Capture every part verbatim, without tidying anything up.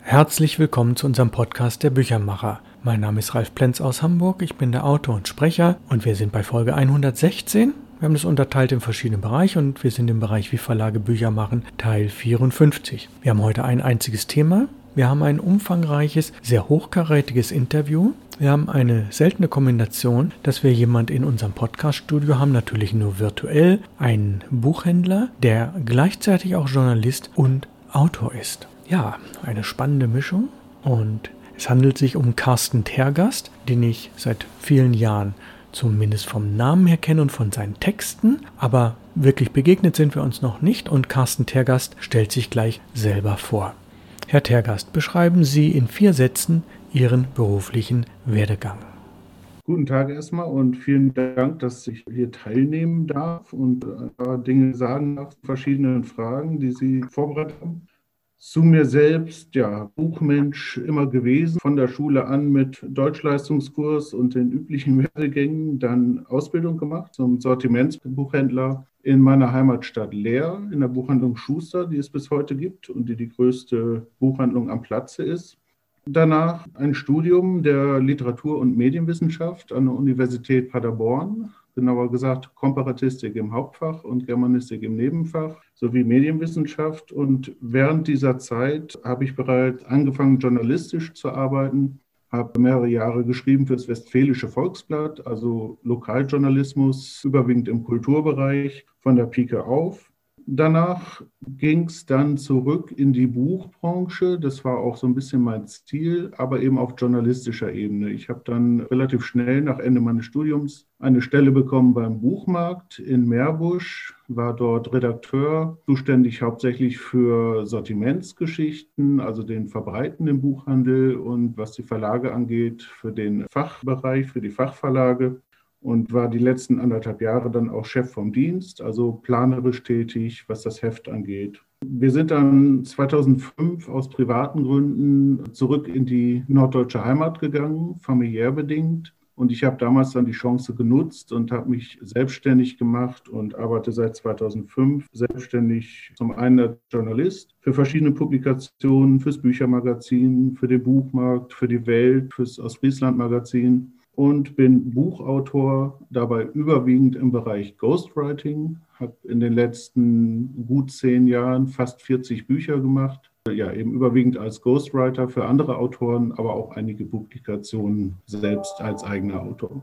Herzlich willkommen zu unserem Podcast Der Büchermacher. Mein Name ist Ralf Plenz aus Hamburg, ich bin der Autor und Sprecher und wir sind bei Folge hundertsechzehn. Wir haben das unterteilt in verschiedene Bereiche und wir sind im Bereich Wie Verlage Bücher machen, Teil vierundfünfzig. Wir haben heute ein einziges Thema. Wir haben ein umfangreiches, sehr hochkarätiges Interview. Wir haben eine seltene Kombination, dass wir jemand in unserem Podcast-Studio haben, natürlich nur virtuell, einen Buchhändler, der gleichzeitig auch Journalist und Autor ist. Ja, eine spannende Mischung und es handelt sich um Carsten Tergast, den ich seit vielen Jahren zumindest vom Namen her kenne und von seinen Texten, aber wirklich begegnet sind wir uns noch nicht und Carsten Tergast stellt sich gleich selber vor. Herr Tergast, beschreiben Sie in vier Sätzen Ihren beruflichen Werdegang. Guten Tag erstmal und vielen Dank, dass ich hier teilnehmen darf und ein paar Dinge sagen darf zu verschiedenen Fragen, die Sie vorbereitet haben. Zu mir selbst, ja, Buchmensch immer gewesen, von der Schule an mit Deutschleistungskurs und den üblichen Werdegängen, dann Ausbildung gemacht zum Sortimentsbuchhändler in meiner Heimatstadt Leer, in der Buchhandlung Schuster, die es bis heute gibt und die die größte Buchhandlung am Platze ist. Danach ein Studium der Literatur- und Medienwissenschaft an der Universität Paderborn, genauer gesagt Komparatistik im Hauptfach und Germanistik im Nebenfach sowie Medienwissenschaft. Und während dieser Zeit habe ich bereits angefangen, journalistisch zu arbeiten, habe mehrere Jahre geschrieben für das Westfälische Volksblatt, also Lokaljournalismus, überwiegend im Kulturbereich, von der Pike auf. Danach ging es dann zurück in die Buchbranche. Das war auch so ein bisschen mein Ziel, aber eben auf journalistischer Ebene. Ich habe dann relativ schnell nach Ende meines Studiums eine Stelle bekommen beim Buchmarkt in Meerbusch, war dort Redakteur, zuständig hauptsächlich für Sortimentsgeschichten, also den verbreitenden Buchhandel und was die Verlage angeht, für den Fachbereich, für die Fachverlage. Und war die letzten anderthalb Jahre dann auch Chef vom Dienst, also planerisch tätig, was das Heft angeht. Wir sind dann zweitausendfünf aus privaten Gründen zurück in die norddeutsche Heimat gegangen, familiär bedingt. Und ich habe damals dann die Chance genutzt und habe mich selbstständig gemacht und arbeite seit zweitausendfünf selbstständig, zum einen als Journalist für verschiedene Publikationen, fürs Büchermagazin, für den Buchmarkt, für die Welt, fürs Ostfriesland-Magazin. Und bin Buchautor, dabei überwiegend im Bereich Ghostwriting, habe in den letzten gut zehn Jahren fast vierzig Bücher gemacht, ja eben überwiegend als Ghostwriter für andere Autoren, aber auch einige Publikationen selbst als eigener Autor.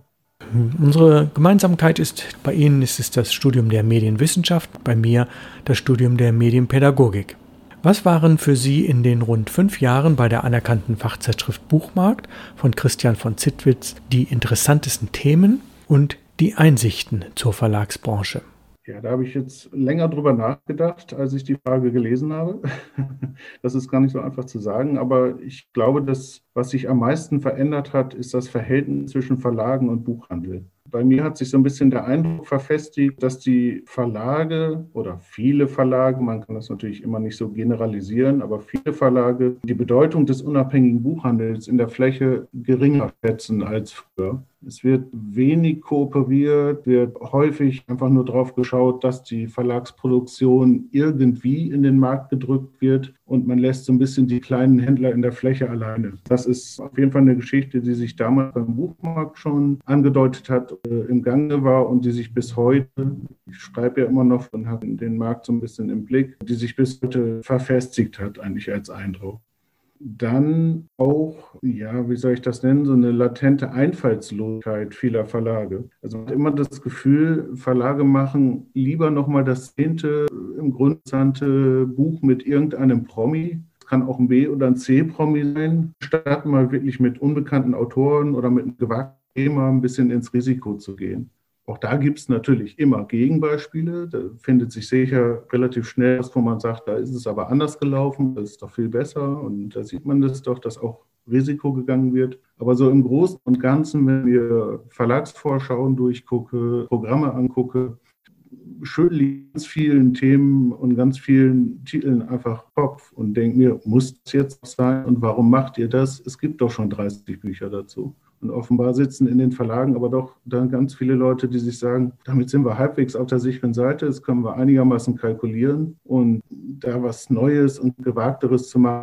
Unsere Gemeinsamkeit ist, bei Ihnen ist es das Studium der Medienwissenschaft, bei mir das Studium der Medienpädagogik. Was waren für Sie in den rund fünf Jahren bei der anerkannten Fachzeitschrift Buchmarkt von Christian von Zittwitz die interessantesten Themen und die Einsichten zur Verlagsbranche? Ja, da habe ich jetzt länger drüber nachgedacht, als ich die Frage gelesen habe. Das ist gar nicht so einfach zu sagen, aber ich glaube, dass was sich am meisten verändert hat, ist das Verhältnis zwischen Verlagen und Buchhandel. Bei mir hat sich so ein bisschen der Eindruck verfestigt, dass die Verlage oder viele Verlage, man kann das natürlich immer nicht so generalisieren, aber viele Verlage die Bedeutung des unabhängigen Buchhandels in der Fläche geringer schätzen als früher. Es wird wenig kooperiert, wird häufig einfach nur drauf geschaut, dass die Verlagsproduktion irgendwie in den Markt gedrückt wird und man lässt so ein bisschen die kleinen Händler in der Fläche alleine. Das ist auf jeden Fall eine Geschichte, die sich damals beim Buchmarkt schon angedeutet hat, äh, im Gange war und die sich bis heute, ich schreibe ja immer noch und habe den Markt so ein bisschen im Blick, die sich bis heute verfestigt hat eigentlich als Eindruck. Dann auch, ja, wie soll ich das nennen, so eine latente Einfallslosigkeit vieler Verlage. Also man hat immer das Gefühl, Verlage machen lieber nochmal das zehnte, im Grunde interessante Buch mit irgendeinem Promi. Es kann auch ein B- oder ein C-Promi sein, statt mal wirklich mit unbekannten Autoren oder mit einem gewagten Thema ein bisschen ins Risiko zu gehen. Auch da gibt es natürlich immer Gegenbeispiele. Da findet sich sicher relativ schnell was, wo man sagt, da ist es aber anders gelaufen, das ist doch viel besser. Und da sieht man das doch, dass auch Risiko gegangen wird. Aber so im Großen und Ganzen, wenn wir Verlagsvorschauen durchgucke, Programme angucke, schön liegen ganz vielen Themen und ganz vielen Titeln einfach Kopf und denke mir, muss das jetzt sein und warum macht ihr das? Es gibt doch schon dreißig Bücher dazu. Und offenbar sitzen in den Verlagen aber doch dann ganz viele Leute, die sich sagen, damit sind wir halbwegs auf der sicheren Seite, das können wir einigermaßen kalkulieren. Und da was Neues und Gewagteres zu machen,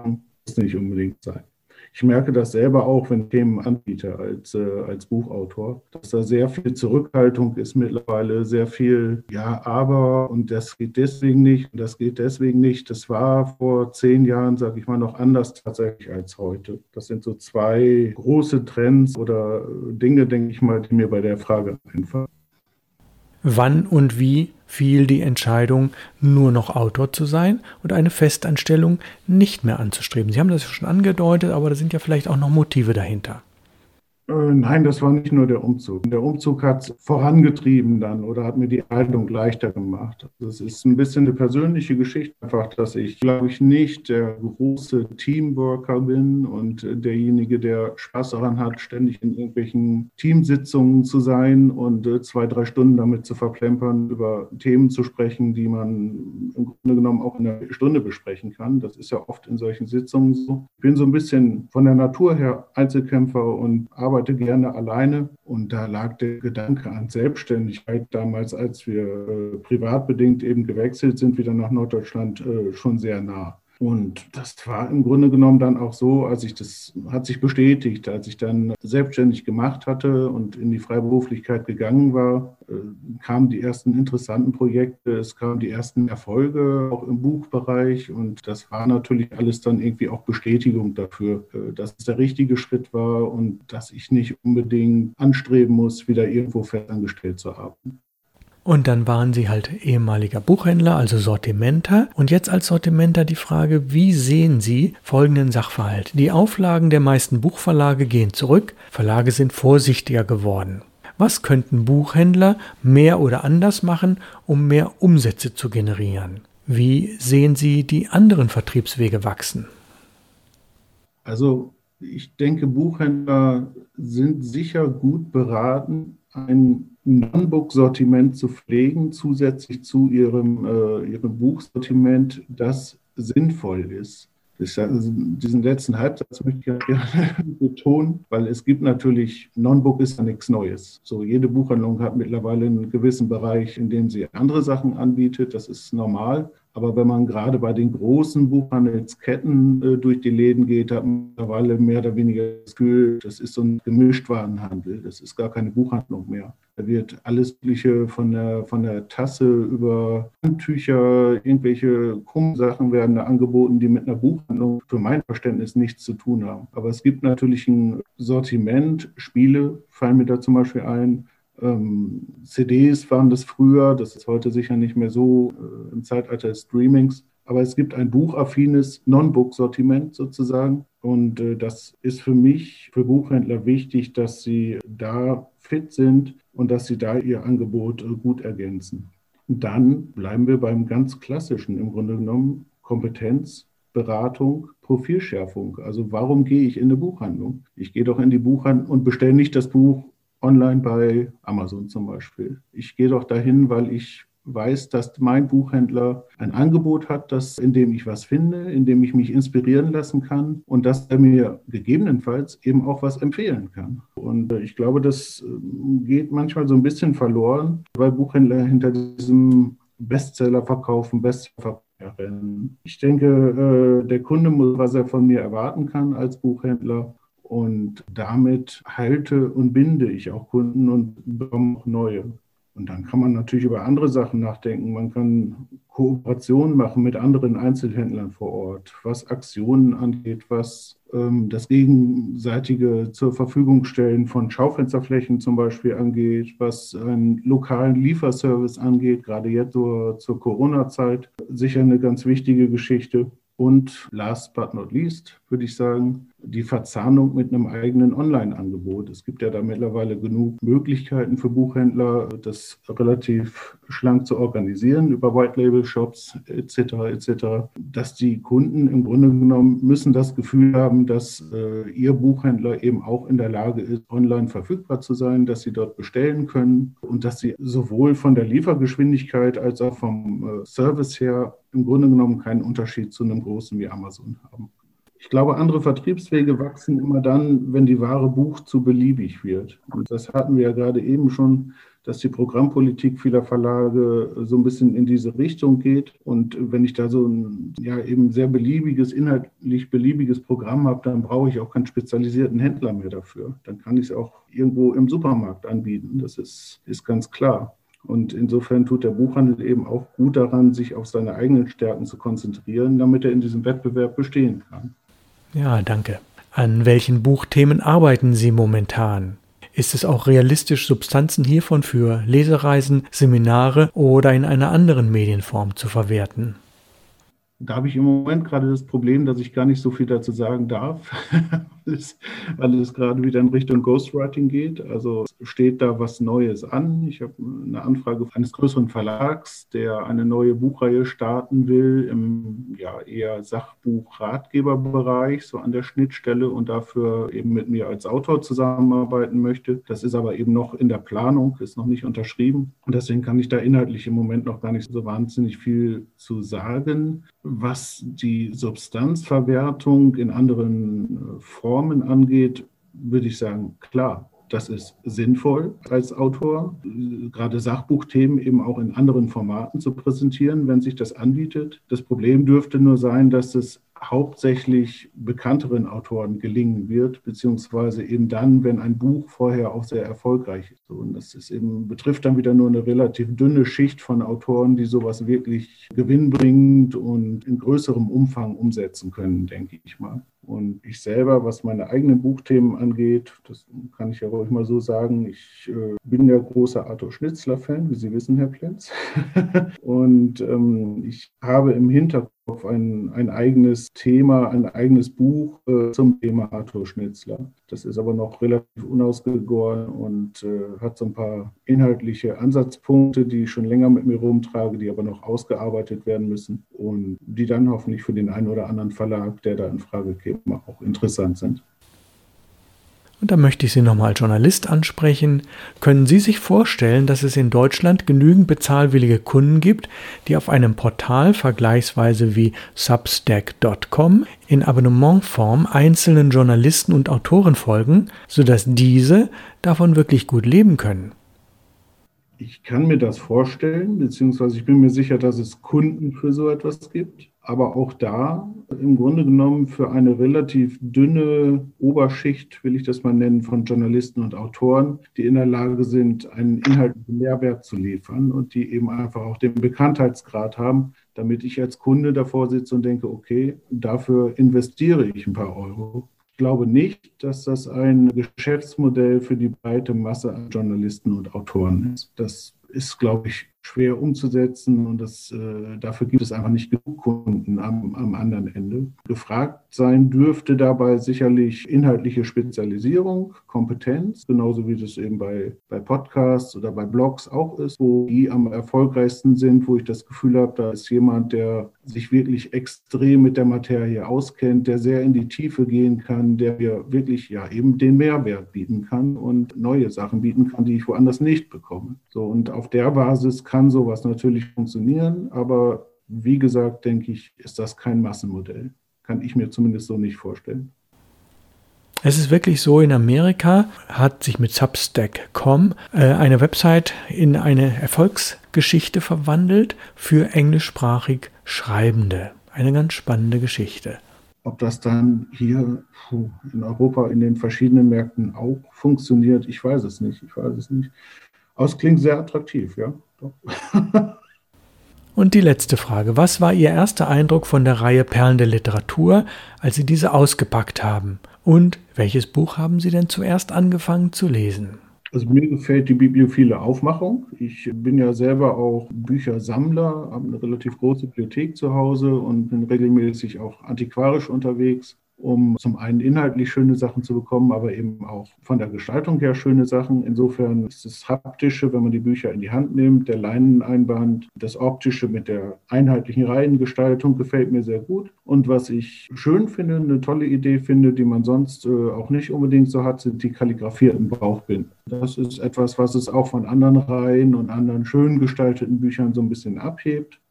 muss nicht unbedingt sein. Ich merke das selber auch, wenn ich Themen anbiete als, äh, als Buchautor, dass da sehr viel Zurückhaltung ist mittlerweile, sehr viel, ja, aber und das geht deswegen nicht und das geht deswegen nicht. Das war vor zehn Jahren, sage ich mal, noch anders tatsächlich als heute. Das sind so zwei große Trends oder Dinge, denke ich mal, die mir bei der Frage einfallen. Wann und wie fiel die Entscheidung, nur noch Autor zu sein und eine Festanstellung nicht mehr anzustreben? Sie haben das ja schon angedeutet, aber da sind ja vielleicht auch noch Motive dahinter. Äh, Nein, das war nicht nur der Umzug. Der Umzug hat es vorangetrieben dann oder hat mir die Haltung leichter gemacht. Das ist ein bisschen eine persönliche Geschichte, einfach, dass ich, glaube ich, nicht der große Teamworker bin und derjenige, der Spaß daran hat, ständig in irgendwelchen Teamsitzungen zu sein und äh, zwei, drei Stunden damit zu verplempern, über Themen zu sprechen, die man im Grunde genommen auch in einer Stunde besprechen kann. Das ist ja oft in solchen Sitzungen so. Ich bin so ein bisschen von der Natur her Einzelkämpfer und arbeite arbeite gerne alleine und da lag der Gedanke an Selbstständigkeit damals, als wir äh, privatbedingt eben gewechselt sind, wieder nach Norddeutschland, äh, schon sehr nah. Und das war im Grunde genommen dann auch so, als ich das, hat sich bestätigt, als ich dann selbstständig gemacht hatte und in die Freiberuflichkeit gegangen war, äh, kamen die ersten interessanten Projekte, es kamen die ersten Erfolge auch im Buchbereich und das war natürlich alles dann irgendwie auch Bestätigung dafür, äh, dass es der richtige Schritt war und dass ich nicht unbedingt anstreben muss, wieder irgendwo festangestellt zu arbeiten. Und dann waren Sie halt ehemaliger Buchhändler, also Sortimenter. Und jetzt als Sortimenter die Frage, wie sehen Sie folgenden Sachverhalt? Die Auflagen der meisten Buchverlage gehen zurück, Verlage sind vorsichtiger geworden. Was könnten Buchhändler mehr oder anders machen, um mehr Umsätze zu generieren? Wie sehen Sie die anderen Vertriebswege wachsen? Also ich denke, Buchhändler sind sicher gut beraten, ein Non-Book-Sortiment zu pflegen, zusätzlich zu ihrem, äh, ihrem Buchsortiment, das sinnvoll ist. Das, also diesen letzten Halbsatz möchte ich ja gerne betonen, weil es gibt natürlich, Non-Book ist ja nichts Neues. So, jede Buchhandlung hat mittlerweile einen gewissen Bereich, in dem sie andere Sachen anbietet, das ist normal. Aber wenn man gerade bei den großen Buchhandelsketten äh, durch die Läden geht, hat man mittlerweile mehr oder weniger das Gefühl, das ist so ein Gemischtwarenhandel. Das ist gar keine Buchhandlung mehr. Da wird alles Mögliche von der, von der Tasse über Handtücher, irgendwelche krummen Sachen werden da angeboten, die mit einer Buchhandlung für mein Verständnis nichts zu tun haben. Aber es gibt natürlich ein Sortiment, Spiele fallen mir da zum Beispiel ein. Ähm, C Ds waren das früher, das ist heute sicher nicht mehr so äh, im Zeitalter des Streamings, aber es gibt ein buchaffines Non-Book-Sortiment sozusagen und äh, das ist für mich, für Buchhändler wichtig, dass sie da fit sind und dass sie da ihr Angebot äh, gut ergänzen. Und dann bleiben wir beim ganz Klassischen im Grunde genommen, Kompetenz, Beratung, Profilschärfung. Also warum gehe ich in eine Buchhandlung? Ich gehe doch in die Buchhandlung und bestelle nicht das Buch online bei Amazon zum Beispiel. Ich gehe doch dahin, weil ich weiß, dass mein Buchhändler ein Angebot hat, das, in dem ich was finde, in dem ich mich inspirieren lassen kann und dass er mir gegebenenfalls eben auch was empfehlen kann. Und ich glaube, das geht manchmal so ein bisschen verloren, weil Buchhändler hinter diesem Bestseller verkaufen, Bestseller rennen. Ich denke, der Kunde muss, was er von mir erwarten kann als Buchhändler. Und damit halte und binde ich auch Kunden und bekomme auch neue. Und dann kann man natürlich über andere Sachen nachdenken. Man kann Kooperationen machen mit anderen Einzelhändlern vor Ort, was Aktionen angeht, was ähm, das gegenseitige zur Verfügung stellen von Schaufensterflächen zum Beispiel angeht, was einen lokalen Lieferservice angeht, gerade jetzt zur, zur Corona-Zeit. Sicher eine ganz wichtige Geschichte. Und last but not least, würde ich sagen, die Verzahnung mit einem eigenen Online-Angebot. Es gibt ja da mittlerweile genug Möglichkeiten für Buchhändler, das relativ schlank zu organisieren über White-Label-Shops et cetera et cetera, dass die Kunden im Grunde genommen müssen das Gefühl haben, dass äh, ihr Buchhändler eben auch in der Lage ist, online verfügbar zu sein, dass sie dort bestellen können und dass sie sowohl von der Liefergeschwindigkeit als auch vom äh, Service her im Grunde genommen keinen Unterschied zu einem großen wie Amazon haben. Ich glaube, andere Vertriebswege wachsen immer dann, wenn die Ware bucht zu beliebig wird. Und das hatten wir ja gerade eben schon. dass die Programmpolitik vieler Verlage so ein bisschen in diese Richtung geht. Und wenn ich da so ein ja eben sehr beliebiges, inhaltlich beliebiges Programm habe, dann brauche ich auch keinen spezialisierten Händler mehr dafür. Dann kann ich es auch irgendwo im Supermarkt anbieten. Das ist, ist ganz klar. Und insofern tut der Buchhandel eben auch gut daran, sich auf seine eigenen Stärken zu konzentrieren, damit er in diesem Wettbewerb bestehen kann. Ja, danke. An welchen Buchthemen arbeiten Sie momentan? Ist es auch realistisch, Substanzen hiervon für Lesereisen, Seminare oder in einer anderen Medienform zu verwerten? Da habe ich im Moment gerade das Problem, dass ich gar nicht so viel dazu sagen darf, weil es, weil es gerade wieder in Richtung Ghostwriting geht. Also steht da was Neues an. Ich habe eine Anfrage eines größeren Verlags, der eine neue Buchreihe starten will im ja, eher Sachbuch-Ratgeberbereich, so an der Schnittstelle und dafür eben mit mir als Autor zusammenarbeiten möchte. Das ist aber eben noch in der Planung, ist noch nicht unterschrieben. Und deswegen kann ich da inhaltlich im Moment noch gar nicht so wahnsinnig viel zu sagen. Was die Substanzverwertung in anderen Formen angeht, würde ich sagen, klar, das ist sinnvoll als Autor, gerade Sachbuchthemen eben auch in anderen Formaten zu präsentieren, wenn sich das anbietet. Das Problem dürfte nur sein, dass es hauptsächlich bekannteren Autoren gelingen wird, beziehungsweise eben dann, wenn ein Buch vorher auch sehr erfolgreich ist. Und das ist eben, betrifft dann wieder nur eine relativ dünne Schicht von Autoren, die sowas wirklich gewinnbringend und in größerem Umfang umsetzen können, denke ich mal. Und ich selber, was meine eigenen Buchthemen angeht, das kann ich ja ruhig mal so sagen, ich äh, bin ja großer Arthur Schnitzler-Fan, wie Sie wissen, Herr Plenz. Und ähm, ich habe im Hinterkopf ein, ein eigenes Thema, ein eigenes Buch äh, zum Thema Arthur Schnitzler. Das ist aber noch relativ unausgegoren und äh, hat so ein paar inhaltliche Ansatzpunkte, die ich schon länger mit mir rumtrage, die aber noch ausgearbeitet werden müssen und die dann hoffentlich für den einen oder anderen Verlag, der da in Frage käme, auch interessant sind. Und da möchte ich Sie nochmal als Journalist ansprechen. Können Sie sich vorstellen, dass es in Deutschland genügend bezahlwillige Kunden gibt, die auf einem Portal vergleichsweise wie Substack Punkt com in Abonnementform einzelnen Journalisten und Autoren folgen, sodass diese davon wirklich gut leben können? Ich kann mir das vorstellen, beziehungsweise ich bin mir sicher, dass es Kunden für so etwas gibt. Aber auch da im Grunde genommen für eine relativ dünne Oberschicht, will ich das mal nennen, von Journalisten und Autoren, die in der Lage sind, einen inhaltlichen Mehrwert zu liefern und die eben einfach auch den Bekanntheitsgrad haben, damit ich als Kunde davor sitze und denke, okay, dafür investiere ich ein paar Euro. Ich glaube nicht, dass das ein Geschäftsmodell für die breite Masse an Journalisten und Autoren ist. Das ist, glaube ich, schwer umzusetzen und das, äh, dafür gibt es einfach nicht genug Kunden am, am anderen Ende. Gefragt sein dürfte dabei sicherlich inhaltliche Spezialisierung, Kompetenz, genauso wie das eben bei, bei Podcasts oder bei Blogs auch ist, wo die am erfolgreichsten sind, wo ich das Gefühl habe, da ist jemand, der sich wirklich extrem mit der Materie auskennt, der sehr in die Tiefe gehen kann, der mir wirklich ja eben den Mehrwert bieten kann und neue Sachen bieten kann, die ich woanders nicht bekomme. So, und auf der Basis kann sowas natürlich funktionieren, aber wie gesagt, denke ich, ist das kein Massenmodell. Kann ich mir zumindest so nicht vorstellen. Es ist wirklich so, in Amerika hat sich mit Substack Punkt com äh, eine Website in eine Erfolgsgeschichte verwandelt für englischsprachig Schreibende. Eine ganz spannende Geschichte. Ob das dann hier puh, in Europa in den verschiedenen Märkten auch funktioniert, ich weiß es nicht. Ich weiß es nicht. Aber es klingt sehr attraktiv, ja. Doch. Und die letzte Frage. Was war Ihr erster Eindruck von der Reihe Perlen der Literatur, als Sie diese ausgepackt haben? Und welches Buch haben Sie denn zuerst angefangen zu lesen? Also mir gefällt die bibliophile Aufmachung. Ich bin ja selber auch Büchersammler, habe eine relativ große Bibliothek zu Hause und bin regelmäßig auch antiquarisch unterwegs, um zum einen inhaltlich schöne Sachen zu bekommen, aber eben auch von der Gestaltung her schöne Sachen. Insofern ist das Haptische, wenn man die Bücher in die Hand nimmt, der Leineneinband, das Optische mit der einheitlichen Reihengestaltung gefällt mir sehr gut. Und was ich schön finde, eine tolle Idee finde, die man sonst äh, auch nicht unbedingt so hat, sind die kalligrafierten Bauchbinden. Das ist etwas, was es auch von anderen Reihen und anderen schön gestalteten Büchern so ein bisschen abhebt.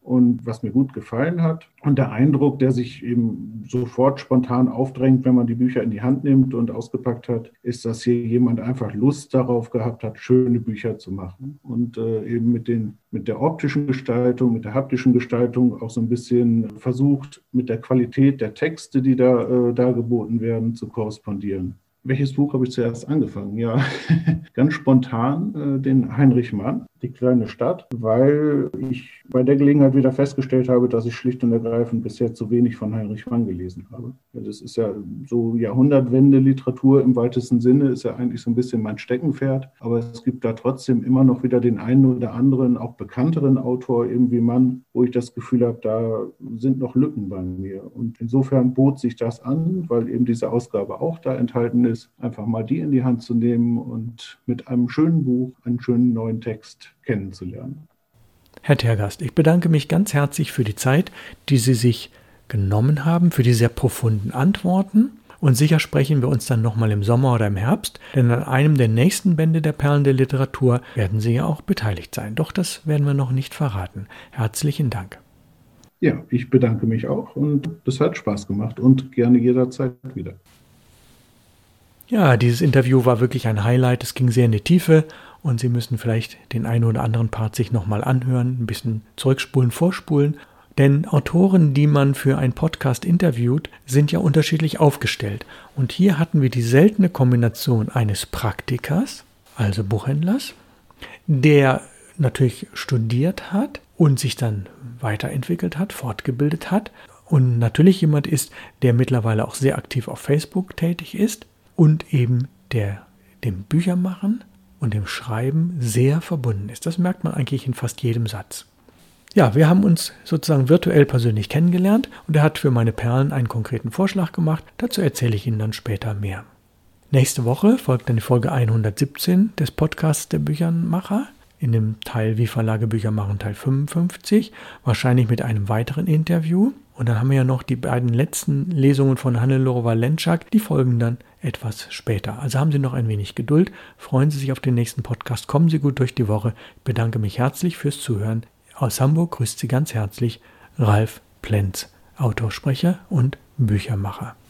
und was mir gut gefallen hat. Und der Eindruck, der sich eben sofort spontan aufdrängt, wenn man die Bücher in die Hand nimmt und ausgepackt hat, ist, dass hier jemand einfach Lust darauf gehabt hat, schöne Bücher zu machen. Und äh, eben mit, den, mit der optischen Gestaltung, mit der haptischen Gestaltung auch so ein bisschen versucht, mit der Qualität der Texte, die da äh, dargeboten werden, zu korrespondieren. Welches Buch habe ich zuerst angefangen? Ja, ganz spontan äh, den Heinrich Mann, Die kleine Stadt, weil ich bei der Gelegenheit wieder festgestellt habe, dass ich schlicht und ergreifend bisher zu wenig von Heinrich Mann gelesen habe. Ja, das ist ja so Jahrhundertwende-Literatur im weitesten Sinne, ist ja eigentlich so ein bisschen mein Steckenpferd, aber es gibt da trotzdem immer noch wieder den einen oder anderen, auch bekannteren Autor eben wie Mann, wo ich das Gefühl habe, da sind noch Lücken bei mir. Und insofern bot sich das an, weil eben diese Ausgabe auch da enthalten ist, einfach mal die in die Hand zu nehmen und mit einem schönen Buch einen schönen neuen Text kennenzulernen. Herr Tergast, ich bedanke mich ganz herzlich für die Zeit, die Sie sich genommen haben, für die sehr profunden Antworten. Und sicher sprechen wir uns dann nochmal im Sommer oder im Herbst, denn an einem der nächsten Bände der Perlen der Literatur werden Sie ja auch beteiligt sein. Doch das werden wir noch nicht verraten. Herzlichen Dank. Ja, ich bedanke mich auch und es hat Spaß gemacht und gerne jederzeit wieder. Ja, dieses Interview war wirklich ein Highlight. Es ging sehr in die Tiefe und Sie müssen vielleicht den einen oder anderen Part sich nochmal anhören, ein bisschen zurückspulen, vorspulen. Denn Autoren, die man für einen Podcast interviewt, sind ja unterschiedlich aufgestellt. Und hier hatten wir die seltene Kombination eines Praktikers, also Buchhändlers, der natürlich studiert hat und sich dann weiterentwickelt hat, fortgebildet hat und natürlich jemand ist, der mittlerweile auch sehr aktiv auf Facebook tätig ist und eben der dem Büchermachen und dem Schreiben sehr verbunden ist. Das merkt man eigentlich in fast jedem Satz. Ja, wir haben uns sozusagen virtuell persönlich kennengelernt und er hat für meine Perlen einen konkreten Vorschlag gemacht. Dazu erzähle ich Ihnen dann später mehr. Nächste Woche folgt dann die Folge hundertsiebzehn des Podcasts der Büchermacher. In dem Teil Wie Verlage Bücher machen, Teil fünfundfünfzig, wahrscheinlich mit einem weiteren Interview. Und dann haben wir ja noch die beiden letzten Lesungen von Hannelore Walentschak, die folgen dann etwas später. Also haben Sie noch ein wenig Geduld, freuen Sie sich auf den nächsten Podcast, kommen Sie gut durch die Woche. Ich bedanke mich herzlich fürs Zuhören. Aus Hamburg grüßt Sie ganz herzlich Ralf Plenz, Autorsprecher und Büchermacher.